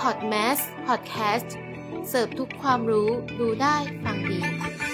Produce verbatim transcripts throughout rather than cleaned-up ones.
อดแมสพอดแคสต์เสิร์ฟทุกความรู้ดูได้ฟังดี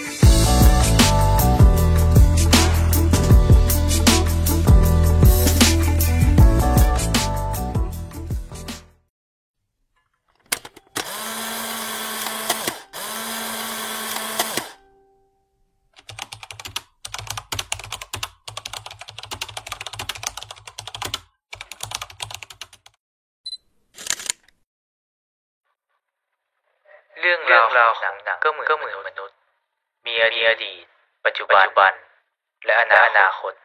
เรื่องราวของหนังก็เหมือนมนุษย์มีอดีตปัจจุบันและอนาคต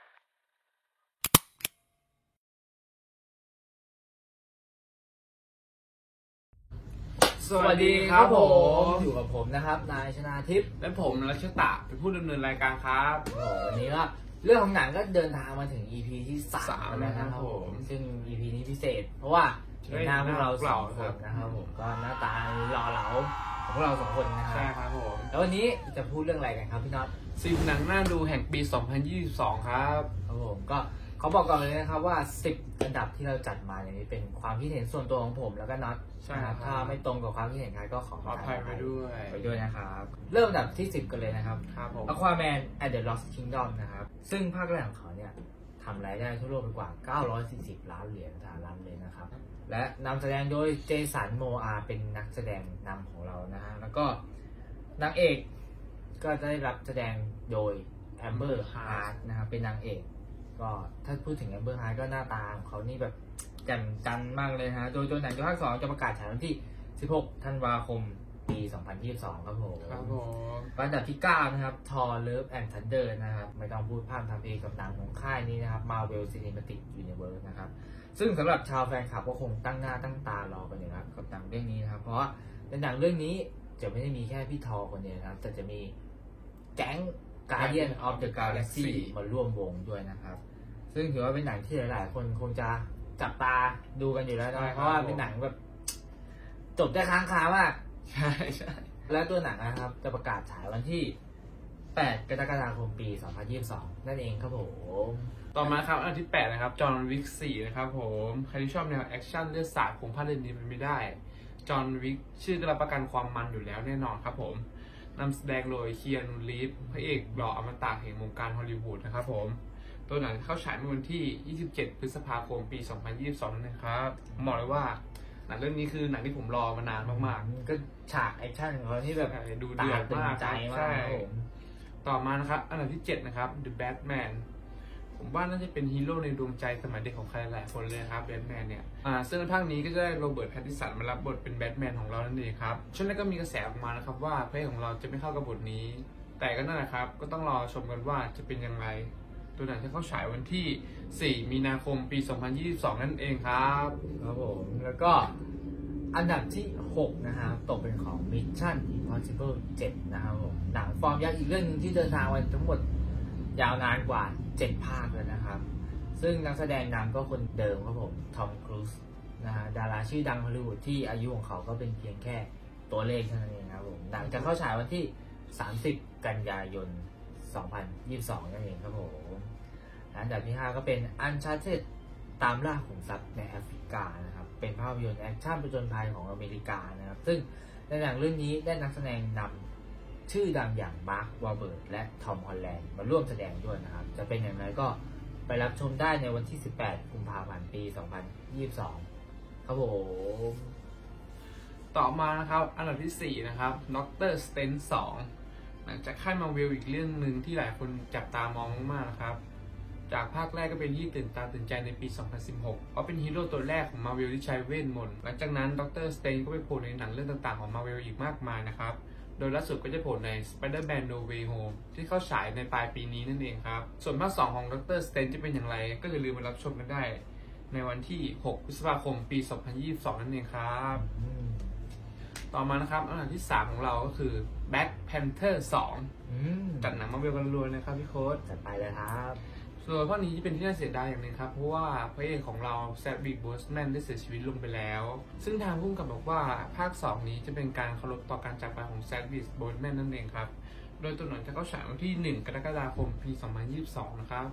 สวัสดีครับผมอยู่กับผมนะครับนายชนาทิพย์และผมรัชตะเป็นผู้ดำเนินรายการครับวันนี้ก็เรื่องของหนังก็เดินทางมาถึง อี พี ที่สามแล้วนะครับผมซึ่ง อี พี นี้พิเศษเพราะว่าเห็นหน้าพวกเราสองคนนะครับผมก็หน้าตาหล่อเหลาของพวกเราสองคนนะครับใช่ครับผมแล้ววันนี้จะพูดเรื่องอะไรกันครับพี่น็อตสิบหนังน่าดูแห่งปี สองพันยี่สิบสอง ครับครับผมก็เขาบอกก่อนเลยนะครับว่าสิบอันดับที่เราจัดมาอย่างนี้เป็นความคิดเห็นส่วนตัวของผมแล้วก็น็อตใช่ครับถ้าไม่ตรงกับความคิดเห็นใครก็ขออภัยไปด้วยไปด้วยนะครับเริ่มอันดับที่สิบกันเลยนะครับครับผม Aquaman and the Lost Kingdom นะครับซึ่งภาคแรกของเขาเนี่ยทำรายได้ทั่วโลกไปกว่าเก้าร้อยสี่สิบล้านเหรียญสหรัฐเลยนะครับและนำแสดงโดยเจสันโมอาเป็นนักแสดงนำของเรานะฮะแล้วก็นางเอกก็ได้รับแสดงโดยแอมเบอร์ฮาร์ดนะครับเป็นนางเอกก็ถ้าพูดถึงแอมเบอร์ฮาร์ดก็หน้าตาของเขานี่แบบแจ่มจันมากเลยฮะโดยตัวหนังภาคสองจะประกาศฉายวันที่สิบหกธันวาคมปีสองพันยี่สิบสองครับผมครับผมอันดับที่เก้านะครับ Thor Love and Thunder นะครับไม่ต้องพูดพร่ำทำเพลงกับหนังของค่ายนี้นะครับ Marvel Cinematic Universe นะครับซึ่งสำหรับชาวแฟนคลับก็คงตั้งหน้าตั้งตารอกันอยู่นะครับกับหนังเรื่องนี้นะครับเพราะว่าในหนังเรื่องนี้จะไม่ได้มีแค่พี่ทอคนเดียวนะครับแต่จะมีแก๊ง Guardian of the Galaxy มาร่วมวงด้วยนะครับซึ่งถือว่าเป็นหนังที่หลายๆคนคงจะจับตาดูกันอยู่แล้วนะเพราะว่าเป็นหนังแบบจบได้ค้างคามากใช่ใช่และตัวหนังนะครับจะประกาศฉายวันที่แปดกรกฎาคมปีสองพันยี่สิบสองนั่นเองครับผมต่อมาครับอันที่แปดนะครับจอห์นวิกสี่นะครับผมใครที่ชอบแนวแอคชั่นเลือดสาดคงพลาดเรื่องนี้มันไม่ได้จอห์นวิกชื่อได้รับประกันความมันอยู่แล้วแน่นอนครับผมนำแสดงโดยเคียนู รีฟส์พระเอกหล่ออมตะแห่งวงการฮอลลีวูดนะครับผมตัวหนังเข้าฉายเมื่อวันที่ยี่สิบเจ็ดพฤษภาคมปีสองพันยี่สิบสองนั่นเองครับผมบอกเลยว่าหนังเรื่องนี้คือหนังที่ผมรอมานานมากๆก็ฉากแอคชั่นของเขาที่แบบดูเดือดมากใช่ต่อมานะครับอันดับที่เจ็ดนะครับ The Batman ผมว่าน่าจะเป็นฮีโร่ในดวงใจสมัยเด็กของใครหลายคนเลยครับแบทแมนเนี่ยอ่าซึ่งในภาคนี้ก็จะได้โรเบิร์ต แพตตินสันมารับบทเป็นแบทแมนของเรานั่นเองครับช่วงนั้นก็มีกระแสออกมานะครับว่าพระเอกของเราจะไม่เข้ากับบทนี้แต่ก็นั่นแหละครับก็ต้องรอชมกันว่าจะเป็นยังไงตัวหนังจะเข้าฉายวันที่สี่มีนาคมปีสองพันยี่สิบสองนั่นเองครับครับผมแล้วก็อันดับที่หกนะครับตกเป็นของ Mission Impossible เจ็ดนะครับผมหนังฟอร์มยักษ์อีกเรื่องนึงที่เดินทางมาทั้งหมดยาวนานกว่าเจ็ดภาคเลยนะครับซึ่งนักแสดงนำก็คนเดิมครับผมทอมครูซนะฮะดาราชื่อดังฮอลลีวูดที่อายุของเขาก็เป็นเพียงแค่ตัวเลขเท่านั้นเองครับผมหนังจะเข้าฉายวันที่สามสิบกันยายนสองพันยี่สิบสองนั่นเองครับผมอันดับที่ห้าก็เป็น Uncharted ตามล่าขุมทรัพย์ในแอฟริกานะครับเป็นภาพยนตร์แอคชั่นผจญภัยของอเมริกานะครับซึ่งในหนังเรื่องนี้ได้นักแสดงนำชื่อดังอย่างมาร์ควอลเบิร์ตและทอมฮอลแลนด์มาร่วมแสดงด้วยนะครับจะเป็นอย่างไรก็ไปรับชมได้ในวันที่สิบแปดกุมภาพันธ์ปีสองพันยี่สิบสองครับผมต่อมานะครับอันดับที่สี่นะครับด็อกเตอร์สเตนสองหลังจากค่ายมาร์เวลอีกเรื่องหนึ่งที่หลายคนจับตามองมากๆนะครับจากภาคแรกก็เป็นที่ตื่นตาตื่นใจในปี สองพันสิบหก เพราะเป็นฮีโร่ตัวแรกของ Marvel ที่ใช้เวทมนต์หลังจากนั้นด็อกเตอร์สเตนก็ไปโผล่ในหนังเรื่องต่างๆของ Marvel อีกมากมายนะครับโดยล่าสุดก็จะโผล่ใน Spider-Man No Way Home ที่เข้าฉายในปลายปีนี้นั่นเองครับส่วนภาคสองของด็อกเตอร์สเตนจะเป็นอย่างไรก็อย่าลืมมารับชมกันได้ในวันที่หกพฤษภาคมปีสองพันยี่สิบสองนั่นเองครับต่อมานะครับอันดับที่สามของเราก็คือ Black Panther สองจัดหนัง Marvel กันรวยนะครับพี่โค้ชจัดไปเลยครับส่วนภาคนี้ที่เป็นที่น่าเสียดายอย่างนึงครับเพราะว่าพระเอกของเราแซดวิก โบสแมนได้เสียชีวิตลงไปแล้วซึ่งทางผู้กำกับบอกว่าภาคสองนี้จะเป็นการเคารพต่อการจากไปของแซดวิก โบสแมนนั่นเองครับโดยตัวหนังจะเข้าฉายวันที่หนึ่งกรกฎาคมปีสองพันยี่สิบสองนะครับ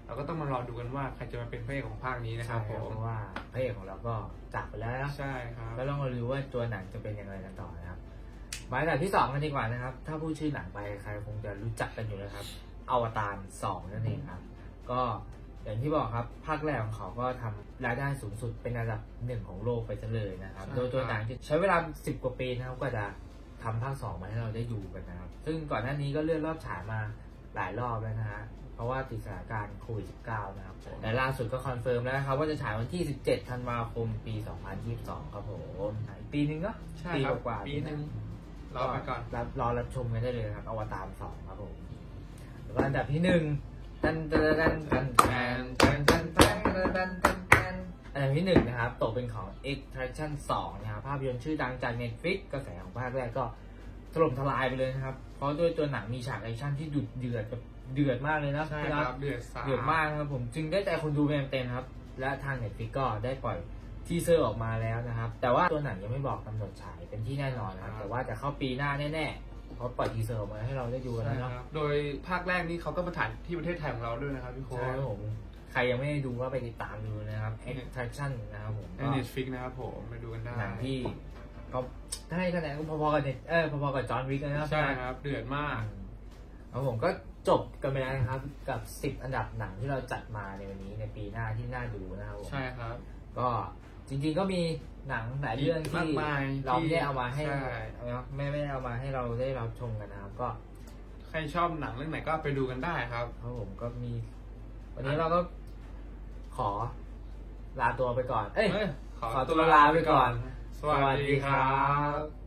เราก็ต้องมารอดูกันว่าใครจะมาเป็นพระเอกของภาคนี้นะครับผมเพราะว่าพระเอกของเราก็จากไปแล้วนะใช่ครับก็ต้องมาดูว่าตัวหนังจะเป็นยังไงกันต่อนะครับมาอันดับที่สองกันดีกว่านะครับถ้าพูดชื่อหนังไปใครคงจะรู้จักกันอยู่แล้วครับอวตารสองนั่นเองครับก็อย่างที่บอกครับภาคแรกของเขาก็ทำรายได้สูงสุดเป็นอันดับหนึ่งของโลกไปซะเลยนะครับโดยตัวหนังใช้เวลาสิบกว่าปีนะครับก็จะทำภาคสองมาให้เราได้ดูกันนะครับซึ่งก่อนหน้านี้ก็เลื่อนรอบฉายมาหลายรอบแล้วนะฮะเพราะว่าติดสถานการณ์โควิด สิบเก้า นะครับและล่าสุดก็คอนเฟิร์มแล้วนะครับว่าจะฉายวันที่สิบเจ็ดธันวาคมปีสองพันยี่สิบสองครับผมอีกปีนึงเนาะใช่ปีครับกว่าปีหนึ่งรอไปก่อนรับรอรับชมกันได้เลยครับอวตารสองครับผมแล้วก็อันดับที่หนึ่งตันตันตันตันตันตันตันตันตันตันตันอันดับที่หนึ่งนะครับตกเป็นของ Extraction สองนะครับภาพยนตร์ชื่อดังจาก Netflix กระแสของภาคแรกก็ถล่มทลายไปเลยนะครับเพราะด้วยตัวหนังมีฉากแอคชั่นที่ดุเดือดแบบเดือดมากเลยนะใช่ครับเดือดสาเดือดมากครับผมจึงได้ใจคนดูเต็มๆครับและทาง Netflix ก็ได้ปล่อยทีเซอร์ออกมาแล้วนะครับแต่ว่าตัวหนังยังไม่บอกกำหนดฉายเป็นที่แน่นอนนะครับแต่ว่าจะเข้าปีหน้าแน่ๆเพราะปล่อยทีเซอร์ออกมาให้เราได้ดูกันแล้วเนาะโดยภาคแรกนี้เขาก็มาถ่ายที่ประเทศไทยของเราด้วยนะครับพี่โค้ใช่ชครับผมใครยังไม่ได้ดูก็ไปติดตามดูนะครับ Extraction นะครับผมในก็ Netflix นะครับผมไปดูกันได้หนังที่ก็ให้คะแนนก็พอๆกับเออพอๆกับจอห์นวิกเลยนะครับใช่ครับเดือดมากแล้วผมก็จบกันไปแล้วนะครับกับสิบอันดับหนังที่เราจัดมาในวันนี้ในปีหน้าที่น่าดูนะครับผมใช่ครับก็จริงๆก็มีหนังหลายเรื่องที่มากมายเราไม่ได้เอามาให้ใช่ไม่ไม่ได้เอามาให้เราได้รับชมกันนะครับก็ใครชอบหนังเรื่องไหนก็ไปดูกันได้ครับเพราะผมก็มี วันนี้เราก็ขอลาตัวไปก่อน เอ้ยเอ้ยขอตัวลาไปก่อนสวัสดีครับ